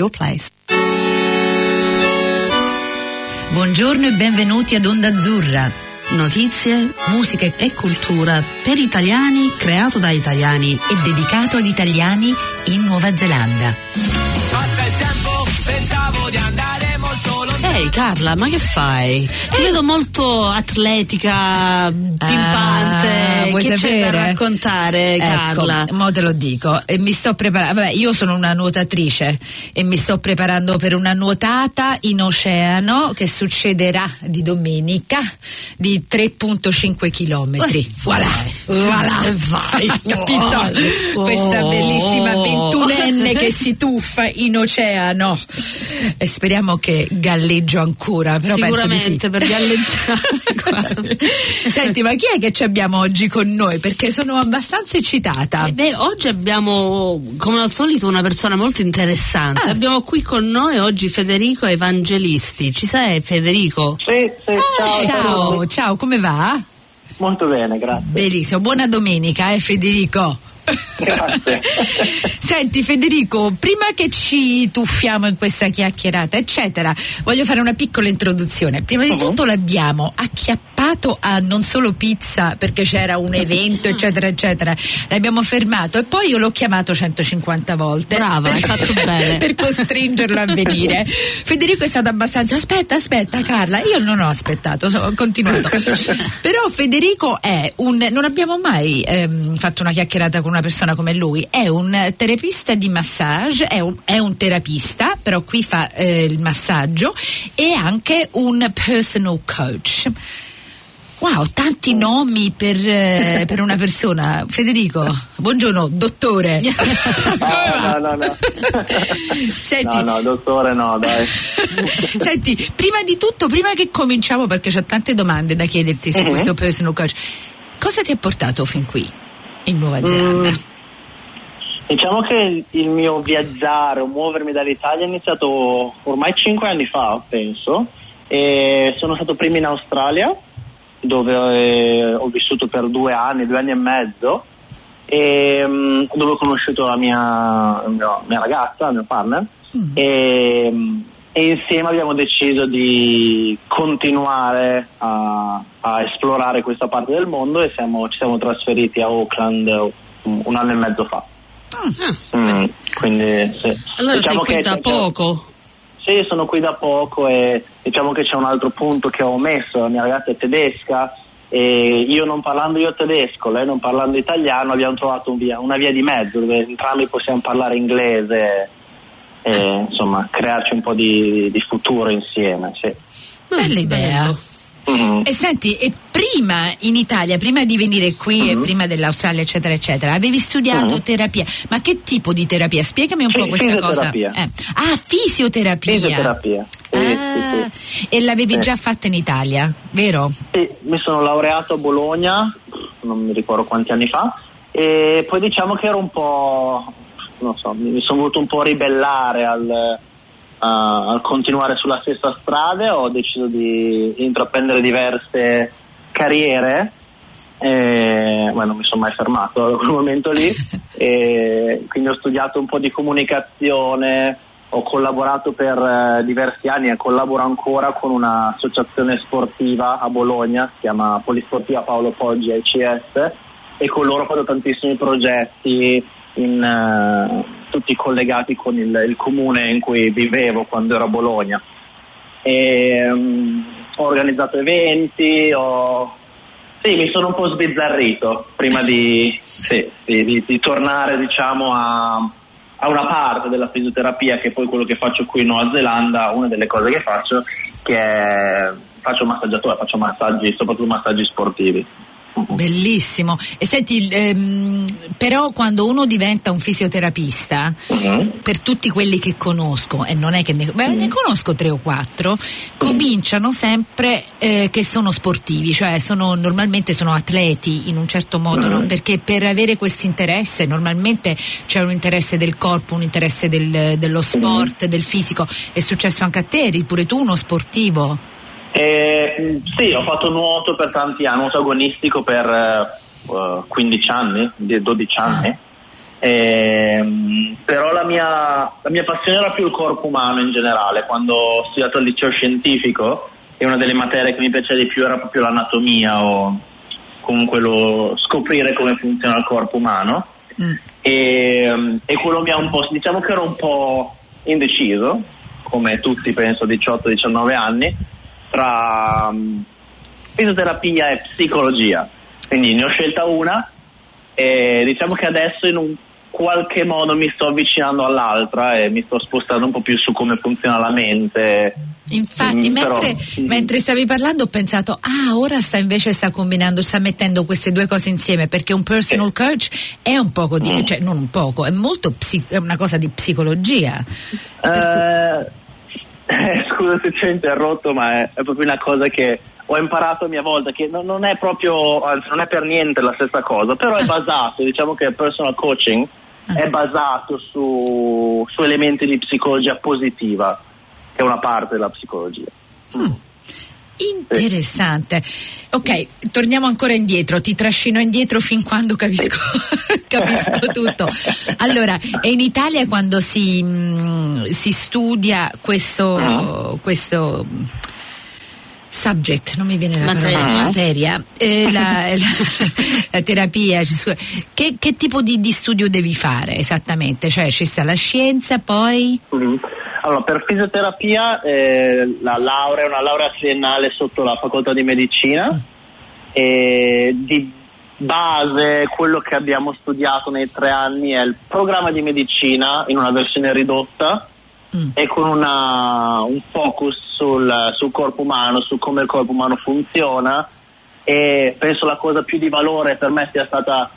your place. Buongiorno e benvenuti ad Onda Azzurra. Notizie, musica e cultura per italiani, creato da italiani e dedicato ad italiani in Nuova Zelanda. Passa il tempo, pensavo di andare molto lontano. Ehi Carla, ma che fai? Ti vedo molto atletica, pimpante. Vuoi che sapere? c'è da raccontare, Carla? Ecco, mo te lo dico. E mi sto preparando. Vabbè, io sono una nuotatrice e mi sto preparando per una nuotata in oceano che succederà di domenica di 3,5 chilometri. Voilà. Vai, capito? Questa bellissima 21enne che si tuffa in oceano. E speriamo che galleggio ancora, però sicuramente penso di sì. Per galleggiare. Senti, ma chi è che ci abbiamo oggi con noi? Perché sono abbastanza eccitata. Oggi abbiamo, come al solito, una persona molto interessante. Abbiamo qui con noi oggi Federico Evangelisti. Ci sei, Federico? Sì, Ciao, come va? Molto bene, grazie. Bellissimo, buona domenica, Federico. Grazie. Senti Federico, prima che ci tuffiamo in questa chiacchierata eccetera, voglio fare una piccola introduzione. Prima di tutto l'abbiamo acchiappato a non solo pizza perché c'era un evento eccetera eccetera, l'abbiamo fermato e poi io l'ho chiamato 150 volte. Brava, hai fatto bene. Per costringerlo a venire. Federico è stato abbastanza aspetta Carla, io non ho aspettato, ho continuato. Però Federico è non abbiamo mai fatto una chiacchierata con una persona come lui, è un terapista di massage, è un terapista, però qui fa il massaggio, e anche un personal coach. Wow, tanti nomi per una persona. Federico, buongiorno, dottore. No. Senti, no, dottore no, dai. Senti, prima di tutto, prima che cominciamo, perché ho tante domande da chiederti su questo personal coach, cosa ti ha portato fin qui in Nuova Zelanda? Diciamo che il mio viaggiare o muovermi dall'Italia è iniziato ormai 5 anni fa, penso, e sono stato prima in Australia, dove ho vissuto per 2 anni e mezzo, e dove ho conosciuto la mia ragazza, il mio partner, e insieme abbiamo deciso di continuare a esplorare questa parte del mondo e ci siamo trasferiti a Auckland 1 anno e mezzo fa. Quindi sì. Allora diciamo sei qui da poco? Sì, sono qui da poco e diciamo che c'è un altro punto che ho omesso. La mia ragazza è tedesca e io non parlando tedesco, lei non parlando italiano, abbiamo trovato una via di mezzo dove entrambi possiamo parlare inglese e insomma crearci un po' di futuro insieme. Sì. Bella idea. E senti, e prima in Italia, prima di venire qui e prima dell'Australia eccetera eccetera, avevi studiato terapia, ma che tipo di terapia? Spiegami un po' questa cosa. Fisioterapia. Sì. E l'avevi già fatta in Italia, vero? Sì, mi sono laureato a Bologna, non mi ricordo quanti anni fa, e poi diciamo che ero un po', non so, mi sono voluto un po' ribellare al continuare sulla stessa strada. Ho deciso di intraprendere diverse carriere e non mi sono mai fermato da quel momento lì e quindi ho studiato un po' di comunicazione, ho collaborato per diversi anni e collaboro ancora con un'associazione sportiva a Bologna, si chiama Polisportiva Paolo Poggi ACS, e con loro ho fatto tantissimi progetti tutti collegati con il comune in cui vivevo quando ero a Bologna, e ho organizzato eventi, mi sono un po' sbizzarrito prima di tornare diciamo a una parte della fisioterapia, che è poi quello che faccio qui in Nuova Zelanda. Una delle cose che faccio faccio massaggiatore, faccio massaggi, soprattutto massaggi sportivi. Bellissimo. E senti, però quando uno diventa un fisioterapista, per tutti quelli che conosco, e non è che ne conosco 3 o 4, cominciano sempre che sono sportivi, cioè normalmente sono atleti in un certo modo, no? Perché per avere questo interesse normalmente c'è un interesse del corpo, un interesse dello sport, del fisico. È successo anche a te? Eri pure tu uno sportivo? Sì, ho fatto nuoto per tanti anni, nuoto agonistico per 15 anni, 12 anni, Però la mia passione era più il corpo umano in generale. Quando ho studiato al liceo scientifico, e una delle materie che mi piaceva di più era proprio l'anatomia, o comunque lo scoprire come funziona il corpo umano. E quello mi ha un po', diciamo che ero un po' indeciso, come tutti penso 18-19 anni, tra fisioterapia e psicologia, quindi ne ho scelta una e diciamo che adesso in un qualche modo mi sto avvicinando all'altra e mi sto spostando un po' più su come funziona la mente. Infatti, mentre stavi parlando ho pensato, ora sta combinando, sta mettendo queste due cose insieme, perché un personal coach è un poco di, cioè non un poco, è molto è una cosa di psicologia. Scusa se ci ho interrotto, ma è proprio una cosa che ho imparato a mia volta, che non è proprio, anzi non è per niente la stessa cosa, però è basato, diciamo che il personal coaching è basato su elementi di psicologia positiva, che è una parte della psicologia. Interessante. Ok, torniamo ancora indietro, ti trascino indietro fin quando capisco tutto. Allora, e in Italia quando si studia questo subject, non mi viene la parola, materia, la terapia, che tipo di studio devi fare esattamente? Cioè ci sta la scienza, poi? Allora, per fisioterapia la laurea è una laurea triennale sotto la facoltà di medicina, e di base quello che abbiamo studiato nei 3 anni è il programma di medicina in una versione ridotta e con un focus sul corpo umano, su come il corpo umano funziona, e penso la cosa più di valore per me sia stata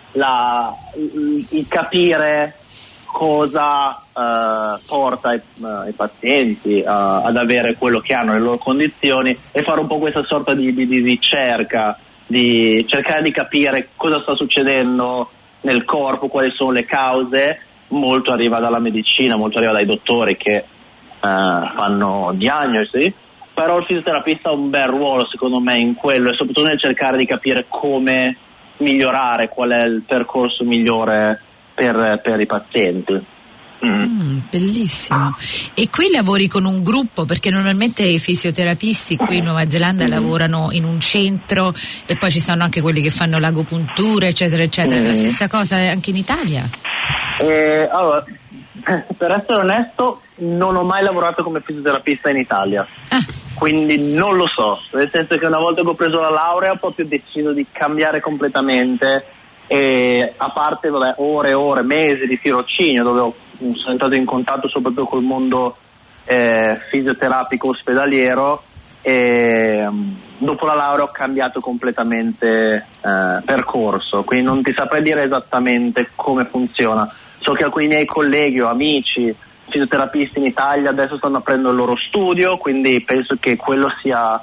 il capire cosa porta i pazienti ad avere quello che hanno, le loro condizioni, e fare un po' questa sorta di ricerca, di cercare di capire cosa sta succedendo nel corpo, quali sono le cause. Molto arriva dalla medicina, molto arriva dai dottori che fanno diagnosi, però il fisioterapista ha un bel ruolo secondo me in quello, e soprattutto nel cercare di capire come migliorare, qual è il percorso migliore per i pazienti. Bellissimo. E qui lavori con un gruppo, perché normalmente i fisioterapisti qui in Nuova Zelanda lavorano in un centro e poi ci sono anche quelli che fanno l'agopuntura eccetera eccetera. È la stessa cosa anche in Italia? Allora, per essere onesto, non ho mai lavorato come fisioterapista in Italia, quindi non lo so, nel senso che una volta che ho preso la laurea ho proprio deciso di cambiare completamente, e a parte ore e ore, mesi di tirocinio dove sono entrato in contatto soprattutto col mondo fisioterapico ospedaliero, e dopo la laurea ho cambiato completamente percorso, quindi non ti saprei dire esattamente come funziona. So che alcuni miei colleghi o amici fisioterapisti in Italia adesso stanno aprendo il loro studio, quindi penso che quello sia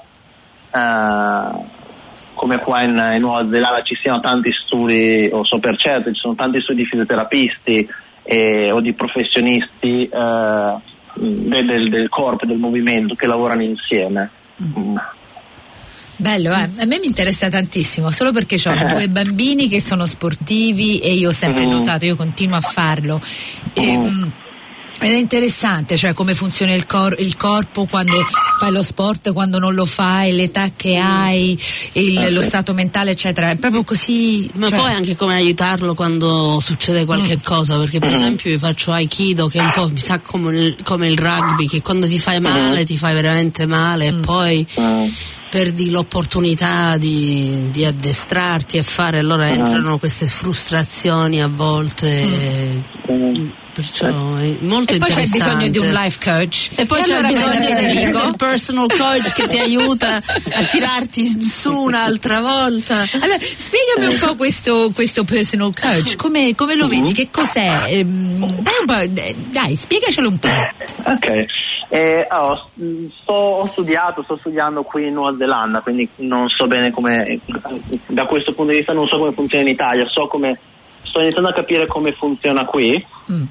come qua in Nuova Zelanda ci siano tanti studi, o so per certo ci sono tanti studi di fisioterapisti o di professionisti del corpo e del movimento che lavorano insieme. Bello, a me mi interessa tantissimo, solo perché ho 2 bambini che sono sportivi e io ho sempre notato, io continuo a farlo. Ed è interessante, cioè come funziona il corpo quando fai lo sport, quando non lo fai, l'età che hai, lo stato mentale eccetera, è proprio così. Ma poi anche come aiutarlo quando succede qualche cosa, perché per esempio io faccio Aikido, che è un po' mi sa come il rugby, che quando ti fai male ti fai veramente male e poi perdi l'opportunità di addestrarti e fare, allora entrano queste frustrazioni a volte, perciò è molto interessante. E poi c'è bisogno di un life coach, e poi c'è bisogno del personal coach che ti aiuta a tirarti su un'altra volta. Allora spiegami un po' questo personal coach, come lo vedi, che cos'è? Dai, spiegacelo un po'. Ok. Sto studiando qui in Nuova Zelanda, quindi non so bene come, da questo punto di vista non so come funziona in Italia, sto iniziando a capire come funziona qui,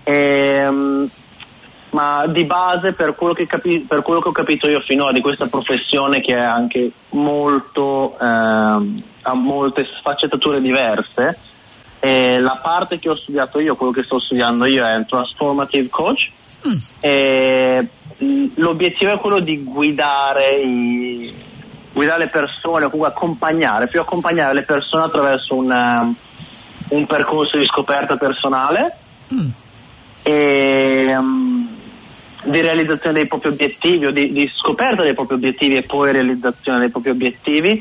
ma di base per quello che ho capito io finora di questa professione, che è anche molto ha molte sfaccettature diverse, E la parte che ho studiato io, quello che sto studiando io, è il Transformative Coach. E l'obiettivo è quello di guidare le persone, o comunque accompagnare le persone attraverso un percorso di scoperta personale e di realizzazione dei propri obiettivi, o di scoperta dei propri obiettivi e poi realizzazione dei propri obiettivi,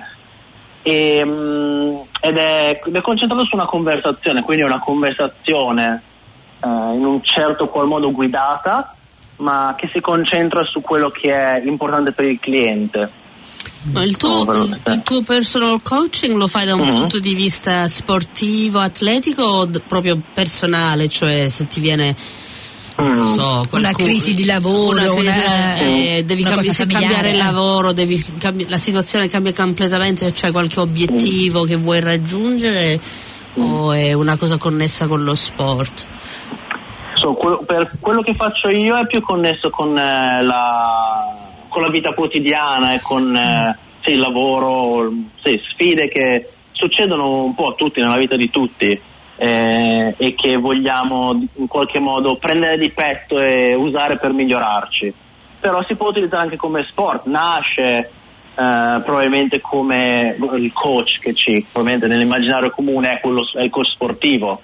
ed è concentrato su una conversazione, quindi è una conversazione in un certo qual modo guidata, ma che si concentra su quello che è importante per il cliente. Ma il tuo personal coaching lo fai da un punto di vista sportivo, atletico, o proprio personale? Cioè, se ti viene non so, una crisi di lavoro, devi cambiare il lavoro, la situazione cambia completamente, c'è qualche obiettivo che vuoi raggiungere, o è una cosa connessa con lo sport? Per quello che faccio io è più connesso con la vita quotidiana e con il lavoro, sfide che succedono un po' a tutti, nella vita di tutti, e che vogliamo in qualche modo prendere di petto e usare per migliorarci. Però si può utilizzare anche come sport, nasce probabilmente come il coach, che probabilmente nell'immaginario comune è il coach sportivo.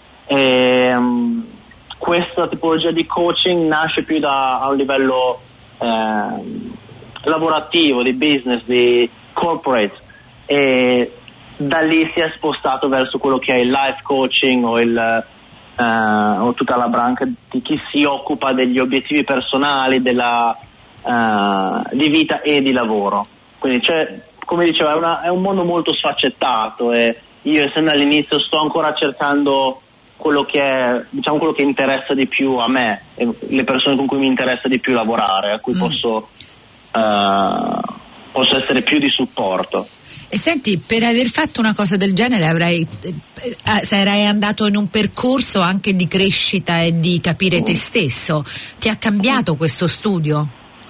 Questa tipologia di coaching nasce più a un livello lavorativo, di business, di corporate, e da lì si è spostato verso quello che è il life coaching o tutta la branca di chi si occupa degli obiettivi personali, di vita e di lavoro. Quindi come dicevo, è un mondo molto sfaccettato, e io, essendo all'inizio, sto ancora cercando quello che interessa di più a me e le persone con cui mi interessa di più lavorare, a cui posso essere più di supporto. E senti, per aver fatto una cosa del genere sarai andato in un percorso anche di crescita e di capire te stesso. Ti ha cambiato questo studio?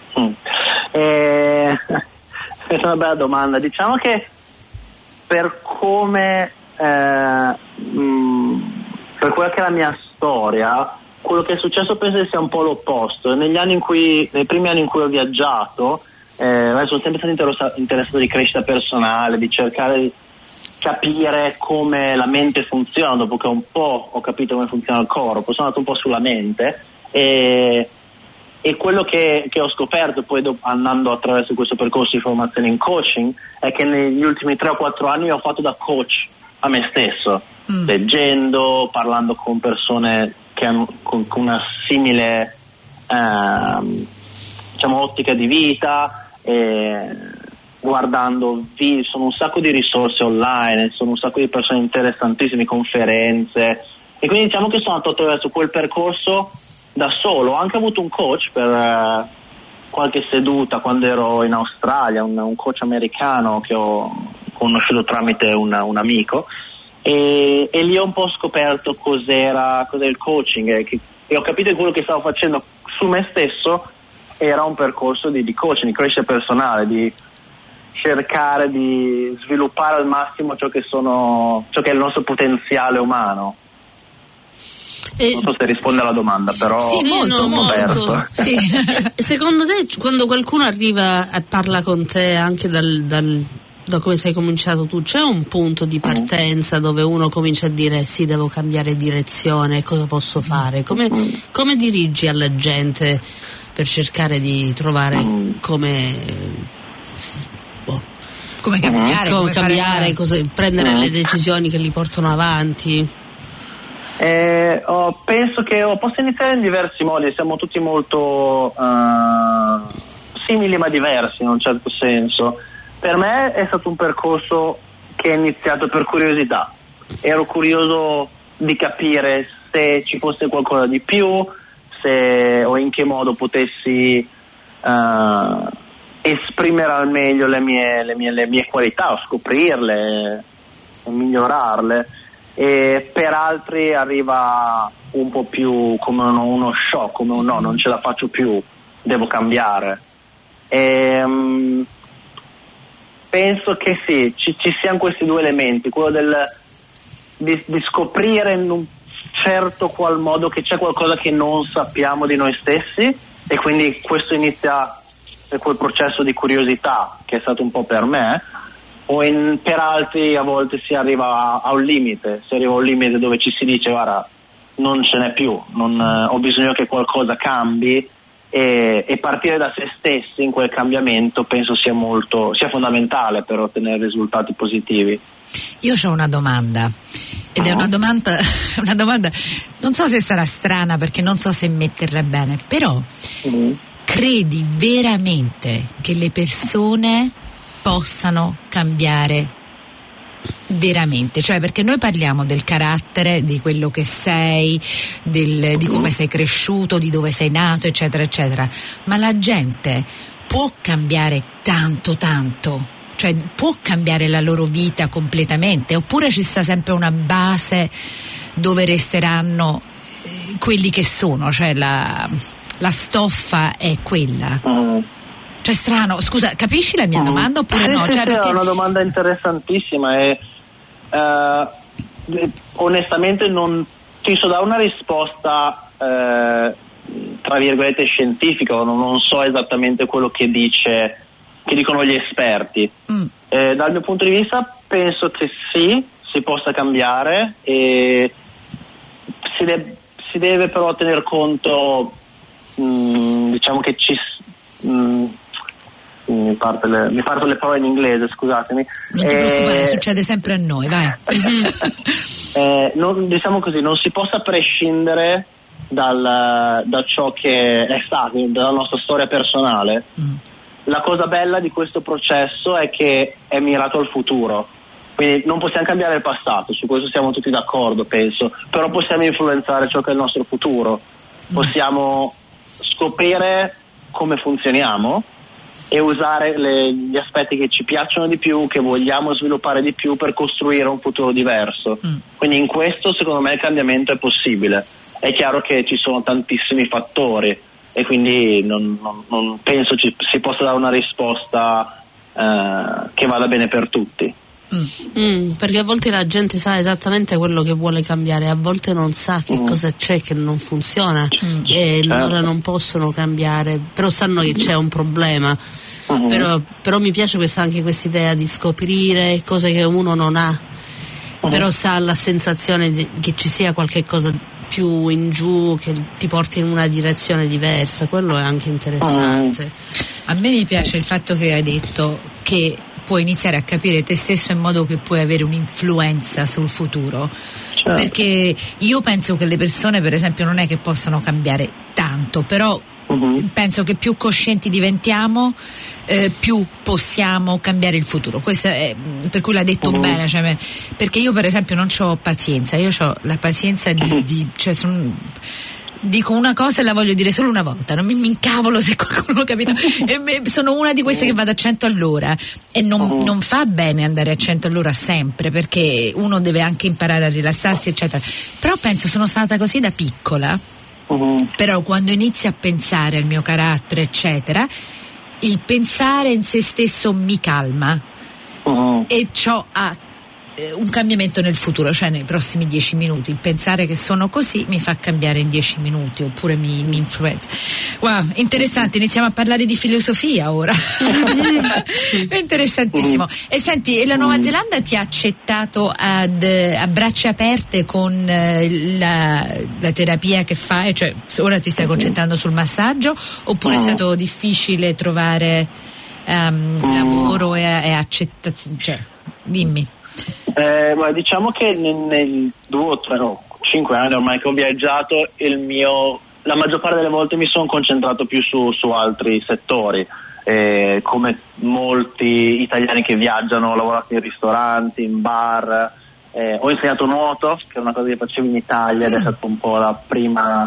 È una bella domanda. Diciamo che per come per quella che è la mia storia, quello che è successo penso che sia un po' l'opposto. Nei primi anni in cui ho viaggiato, sono sempre stato interessato di crescita personale, di cercare di capire come la mente funziona. Dopo che un po' ho capito come funziona il corpo, sono andato un po' sulla mente, e quello che ho scoperto poi andando attraverso questo percorso di formazione in coaching è che negli ultimi 3 o 4 anni ho fatto da coach a me stesso, leggendo, parlando con persone che hanno con una simile ottica di vita, guardando sono un sacco di risorse online, sono un sacco di persone interessantissime, conferenze, e quindi diciamo che sono andato attraverso quel percorso da solo. Ho anche avuto un coach per qualche seduta quando ero in Australia, un coach americano che ho conosciuto tramite un amico, e lì ho un po' scoperto cos'era il coaching, e ho capito che quello che stavo facendo su me stesso era un percorso di coaching, di crescita personale, di cercare di sviluppare al massimo ciò che è il nostro potenziale umano. Non so se risponde alla domanda, però sì, molto. Sì. Secondo te, quando qualcuno arriva e parla con te, anche da come sei cominciato tu, c'è un punto di partenza dove uno comincia a dire sì, devo cambiare direzione, cosa posso fare? Come dirigi alla gente per cercare di trovare come cambiare, prendere le decisioni che li portano avanti? Penso che posso iniziare in diversi modi. Siamo tutti molto simili ma diversi in un certo senso. Per me è stato un percorso che è iniziato per curiosità. Ero curioso di capire se ci fosse qualcosa di più, o in che modo potessi esprimere al meglio le mie qualità, o scoprirle e migliorarle. E per altri arriva un po' più come uno shock, come un no, non ce la faccio più, devo cambiare. Penso che sì, ci siano questi due elementi, quello di scoprire in un certo qual modo che c'è qualcosa che non sappiamo di noi stessi, e quindi questo inizia quel processo di curiosità che è stato un po' per me, per altri a volte si arriva a un limite, dove ci si dice guarda, non ce n'è più, ho bisogno che qualcosa cambi, e partire da se stessi in quel cambiamento penso sia fondamentale per ottenere risultati positivi. Io ho una domanda, ed è una domanda non so se sarà strana, perché non so se metterla bene, però credi veramente che le persone possano cambiare veramente? Cioè, perché noi parliamo del carattere, di quello che sei, di come sei cresciuto, di dove sei nato, eccetera eccetera, ma la gente può cambiare tanto? Cioè, può cambiare la loro vita completamente, oppure ci sta sempre una base dove resteranno quelli che sono, cioè la stoffa è quella? Cioè, strano, scusa, capisci la mia domanda oppure no? Cioè, perché... È una domanda interessantissima e onestamente non ti so dare una risposta tra virgolette scientifica, non so esattamente quello che dicono gli esperti. Dal mio punto di vista penso che sì, si possa cambiare, e si deve però tener conto, diciamo che mi partono le parole in inglese, scusatemi. Non ti preoccupare, succede sempre a noi, vai. Diciamo così, non si possa prescindere da ciò che è stato, dalla nostra storia personale. La cosa bella di questo processo è che è mirato al futuro, quindi non possiamo cambiare il passato, su questo siamo tutti d'accordo, penso, però possiamo influenzare ciò che è il nostro futuro, possiamo scoprire come funzioniamo e usare gli aspetti che ci piacciono di più, che vogliamo sviluppare di più per costruire un futuro diverso. Quindi in questo secondo me il cambiamento è possibile. È chiaro che ci sono tantissimi fattori e quindi non penso si possa dare una risposta che vada bene per tutti. Perché a volte la gente sa esattamente quello che vuole cambiare, a volte non sa che cosa c'è che non funziona e allora non possono cambiare, però sanno che c'è un problema. Però mi piace anche questa idea di scoprire cose che uno non ha, però sa la sensazione che ci sia qualche cosa più in giù che ti porti in una direzione diversa, quello è anche interessante. A me mi piace il fatto che hai detto che puoi iniziare a capire te stesso in modo che puoi avere un'influenza sul futuro. Certo. Perché io penso che le persone, per esempio, non è che possano cambiare tanto, però penso che più coscienti diventiamo, più possiamo cambiare il futuro. Questo è, per cui l'ha detto bene, cioè, perché io per esempio non ho pazienza, io ho la pazienza cioè dico una cosa e la voglio dire solo una volta, non mi incavolo se qualcuno lo capita. Sono una di queste che vado a 100 all'ora e non fa bene andare a 100 all'ora sempre, perché uno deve anche imparare a rilassarsi eccetera, però penso sono stata così da piccola. Però quando inizi a pensare al mio carattere eccetera, il pensare in se stesso mi calma e ciò ha un cambiamento nel futuro, cioè nei prossimi 10 minuti il pensare che sono così mi fa cambiare in 10 minuti, oppure mi influenza. Wow, interessante, iniziamo a parlare di filosofia ora. È interessantissimo. E senti, la Nuova Zelanda ti ha accettato a braccia aperte con la terapia che fai, cioè ora ti stai concentrando sul massaggio, oppure è stato difficile trovare lavoro e accettazione, cioè dimmi. Ma diciamo che nei 2 o 3 o 5 anni ormai che ho viaggiato, la maggior parte delle volte mi sono concentrato più su altri settori, come molti italiani che viaggiano, ho lavorato in ristoranti, in bar, ho insegnato nuoto, che è una cosa che facevo in Italia ed è stata un po' la prima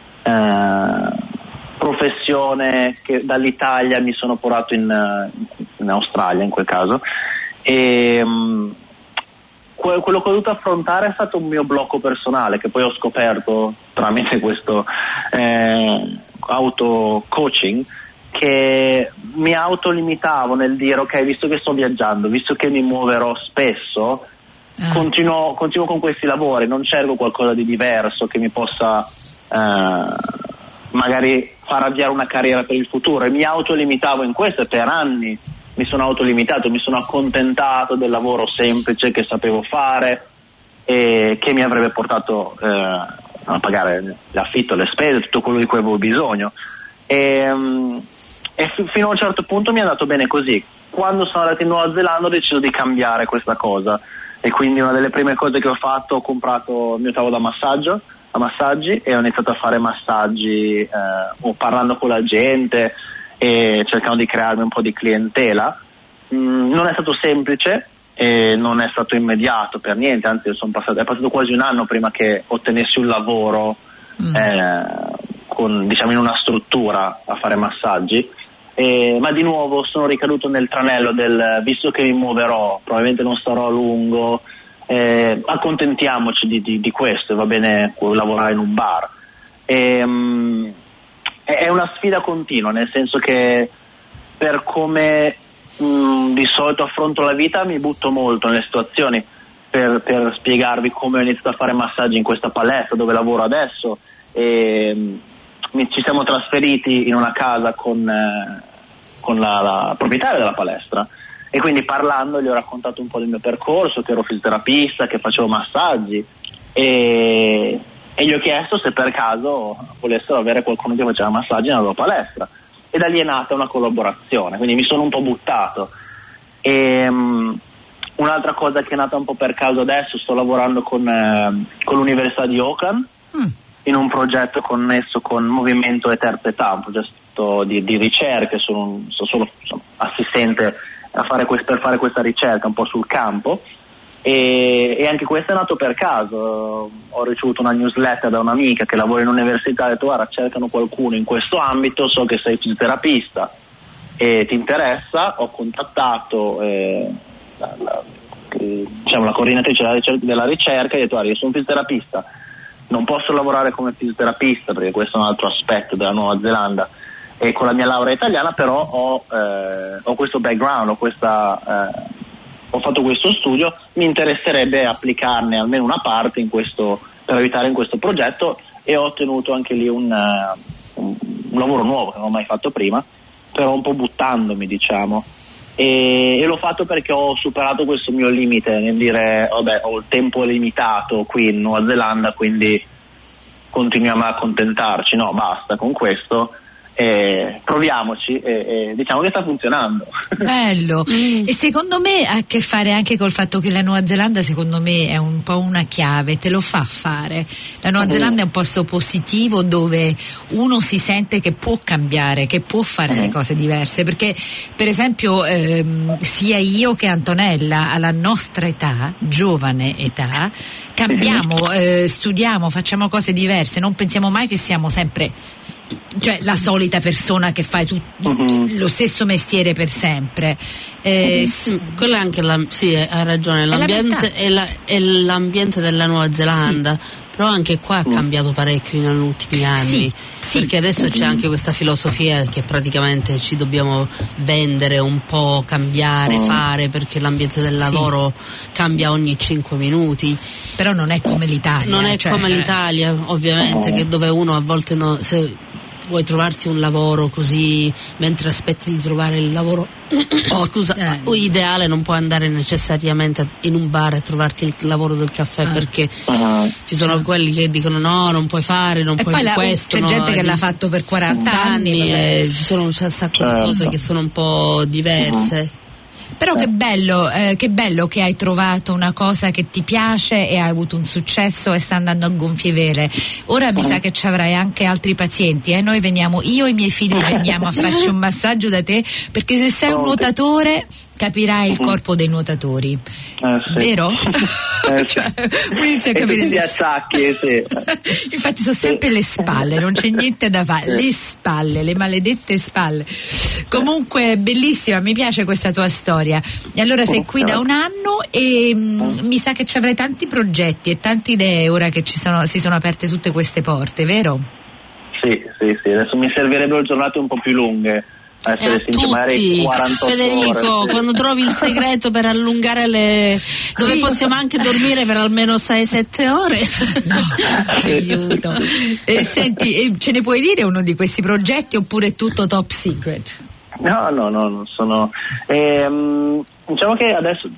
professione che dall'Italia mi sono portato in Australia in quel caso. E quello che ho dovuto affrontare è stato un mio blocco personale, che poi ho scoperto tramite questo auto coaching, che mi autolimitavo nel dire ok, visto che sto viaggiando, visto che mi muoverò spesso, continuo con questi lavori, non cerco qualcosa di diverso che mi possa magari far avviare una carriera per il futuro, e mi autolimitavo in questo, e per anni mi sono autolimitato, mi sono accontentato del lavoro semplice che sapevo fare e che mi avrebbe portato a pagare l'affitto, le spese, tutto quello di cui avevo bisogno, e fino a un certo punto mi è andato bene così. Quando sono andato in Nuova Zelanda ho deciso di cambiare questa cosa, e quindi una delle prime cose che ho fatto, ho comprato il mio tavolo a massaggi, e ho iniziato a fare massaggi parlando con la gente e cercando di crearmi un po' di clientela. Non è stato semplice e non è stato immediato per niente, anzi è passato quasi un anno prima che ottenessi un lavoro diciamo in una struttura a fare massaggi, ma di nuovo sono ricaduto nel tranello del visto che mi muoverò, probabilmente non starò a lungo, accontentiamoci di questo, va bene lavorare in un bar. È una sfida continua, nel senso che per come di solito affronto la vita mi butto molto nelle situazioni. Per spiegarvi come ho iniziato a fare massaggi in questa palestra dove lavoro adesso, ci siamo trasferiti in una casa con la proprietaria della palestra, e quindi parlando gli ho raccontato un po' del mio percorso, che ero fisioterapista, che facevo massaggi, e gli ho chiesto se per caso volessero avere qualcuno che faceva massaggi nella loro palestra, e da lì è nata una collaborazione, quindi mi sono un po' buttato. E un'altra cosa che è nata un po' per caso adesso, sto lavorando con l'Università di Auckland in un progetto connesso con Movimento e Terza Età, un progetto di ricerca. Sono solo assistente per fare questa ricerca un po' sul campo, e anche questo è nato per caso. Ho ricevuto una newsletter da un'amica che lavora in università, ha detto: guarda, cercano qualcuno in questo ambito, so che sei fisioterapista e ti interessa. Ho contattato la coordinatrice della ricerca, e ho detto: guarda, io sono fisioterapista, non posso lavorare come fisioterapista perché questo è un altro aspetto della Nuova Zelanda, e con la mia laurea italiana però ho questo background, ho fatto questo studio, mi interesserebbe applicarne almeno una parte per aiutare in questo progetto, e ho ottenuto anche lì un lavoro nuovo che non ho mai fatto prima, però un po' buttandomi, diciamo, e l'ho fatto perché ho superato questo mio limite nel dire: vabbè, ho il tempo limitato qui in Nuova Zelanda, quindi continuiamo a accontentarci, no, basta con questo, proviamoci, e diciamo che sta funzionando. Bello. E secondo me ha a che fare anche col fatto che la Nuova Zelanda, secondo me, è un po' una chiave, te lo fa fare. La Nuova Zelanda è un posto positivo dove uno si sente che può cambiare, che può fare le cose diverse, perché per esempio sia io che Antonella alla nostra età, giovane età, cambiamo, studiamo, facciamo cose diverse, non pensiamo mai che siamo sempre la solita persona che fa lo stesso mestiere per sempre. Quella è anche ha ragione, l'ambiente è l'ambiente della Nuova Zelanda, però anche qua ha cambiato parecchio negli ultimi anni, perché adesso c'è anche questa filosofia che praticamente ci dobbiamo vendere un po', cambiare, fare, perché l'ambiente del lavoro cambia ogni 5 minuti. Però non è come l'Italia. Non è come l'Italia, ovviamente, che dove uno a volte se vuoi trovarti un lavoro così mentre aspetti di trovare il lavoro ideale, non puoi andare necessariamente in un bar e trovarti il lavoro del caffè, perché ci sono quelli che dicono no, non puoi fare, non puoi fare questo. C'è gente che l'ha fatto per 40 anni e ci sono un sacco di cose che sono un po' diverse. Però che bello che hai trovato una cosa che ti piace e hai avuto un successo e sta andando a gonfie vele. Ora mi sa che ci avrai anche altri pazienti, noi veniamo, io e i miei figli veniamo a farci un massaggio da te, perché se sei un nuotatore capirai il corpo dei nuotatori, vero? Inizi a capire gli attacchi, infatti sono sempre le spalle, non c'è niente da fare, le spalle, le maledette spalle. Comunque bellissima, mi piace questa tua storia. E allora sei qui da un anno e mi sa che ci avrai tanti progetti e tante idee ora che si sono aperte tutte queste porte, vero? Sì, adesso mi servirebbero giornate un po' più lunghe. essere sincero, magari 48 Federico, ore. quando trovi il segreto per allungare dove possiamo anche dormire per almeno 6-7 ore. No, aiuto. Senti, ce ne puoi dire uno di questi progetti oppure è tutto top secret? No, non sono. Diciamo che adesso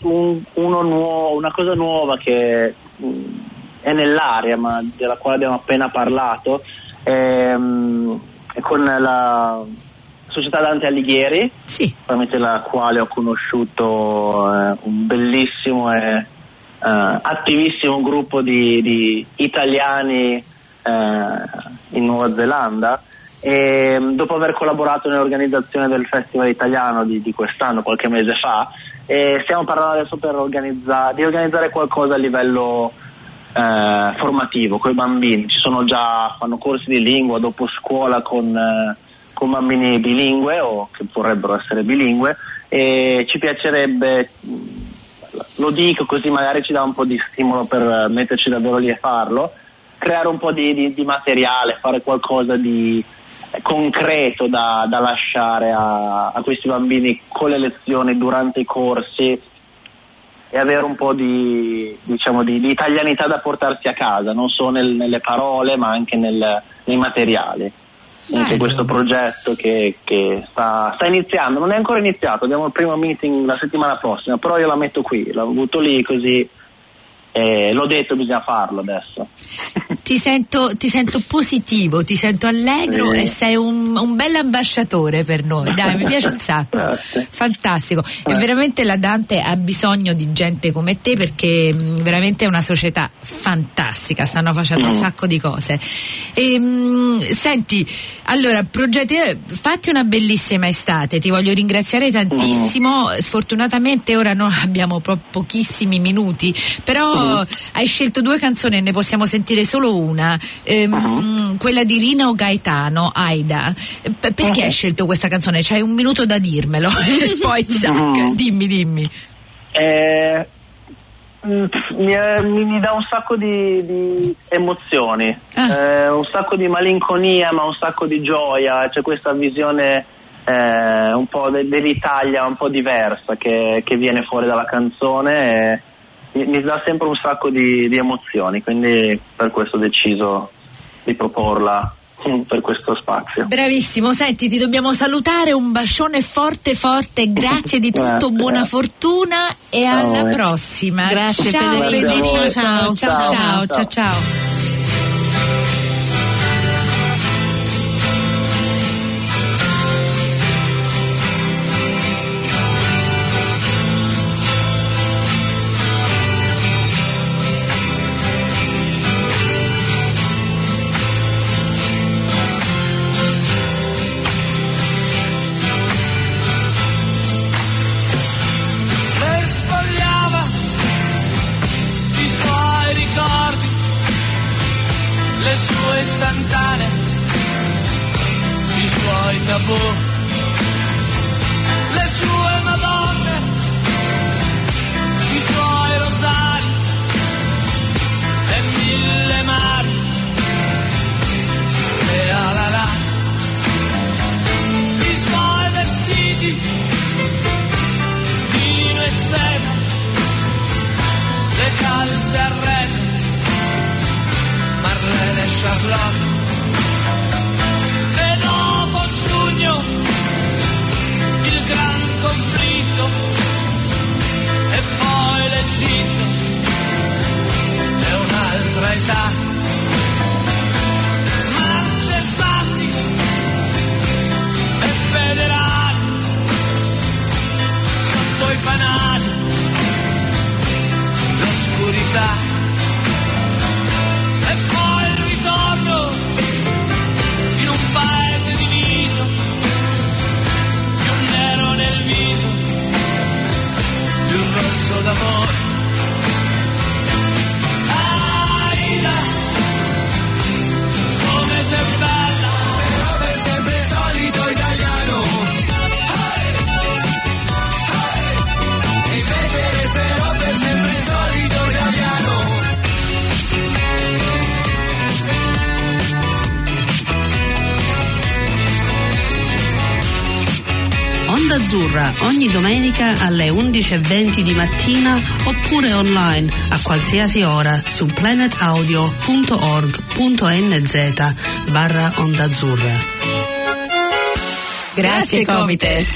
una cosa nuova che è nell'aria, ma della quale abbiamo appena parlato, è con la Società Dante Alighieri, sì, tramite la quale ho conosciuto un bellissimo e attivissimo gruppo di italiani in Nuova Zelanda, e dopo aver collaborato nell'organizzazione del Festival Italiano di quest'anno, qualche mese fa, stiamo parlando adesso di organizzare qualcosa a livello formativo con i bambini. Fanno corsi di lingua dopo scuola con bambini bilingue o che vorrebbero essere bilingue, e ci piacerebbe, lo dico così magari ci dà un po' di stimolo per metterci davvero lì e farlo, creare un po' di materiale, fare qualcosa di concreto da lasciare a questi bambini con le lezioni, durante i corsi, e avere un po' di italianità da portarsi a casa, non solo nelle parole ma anche nei materiali. Anche questo progetto che sta iniziando, non è ancora iniziato, abbiamo il primo meeting la settimana prossima, però io la metto qui, l'ho avuto lì così, l'ho detto, bisogna farlo adesso. Ti sento positivo, ti sento allegro, e sei un bel ambasciatore per noi. Dai, mi piace un sacco. Grazie. Fantastico. E veramente la Dante ha bisogno di gente come te, perché veramente è una società fantastica, stanno facendo un sacco di cose. Senti, allora, fatti una bellissima estate, ti voglio ringraziare tantissimo. Sfortunatamente ora noi abbiamo pochissimi minuti, però hai scelto 2 canzoni e ne possiamo sentire solo una, quella di Rino Gaetano, Aida. Perché hai scelto questa canzone? C'hai un minuto da dirmelo. Poi dimmi. Mi dà un sacco di emozioni, un sacco di malinconia, ma un sacco di gioia. C'è questa visione un po' dell'Italia un po' diversa che viene fuori dalla canzone, e mi dà sempre un sacco di emozioni, quindi per questo ho deciso di proporla per questo spazio. Bravissimo, senti, ti dobbiamo salutare, un bacione forte, grazie di tutto, Grazie. buona fortuna e alla prossima. Grazie, ciao Federico. Ciao. le sue istantanee, i suoi tabù, le sue madonne, i suoi rosari e 1000 mari, e alala, i suoi vestiti, vino e seta, le calze a rete, Marlene e Charlotte, e dopo giugno il gran conflitto, e poi l'Egitto, è un'altra età, mance spastiche e federali, sotto i fanali, l'oscurità. E poi il ritorno in un paese diviso, più nero nel viso, più rosso d'amore. Aida, come sei bella, per sempre il solito italiano. E invece resterò per sempre il solito italiano. Onda Azzurra ogni domenica alle 11:20 di mattina oppure online a qualsiasi ora su planetaudio.org.nz/Onda Azzurra. Grazie Comites.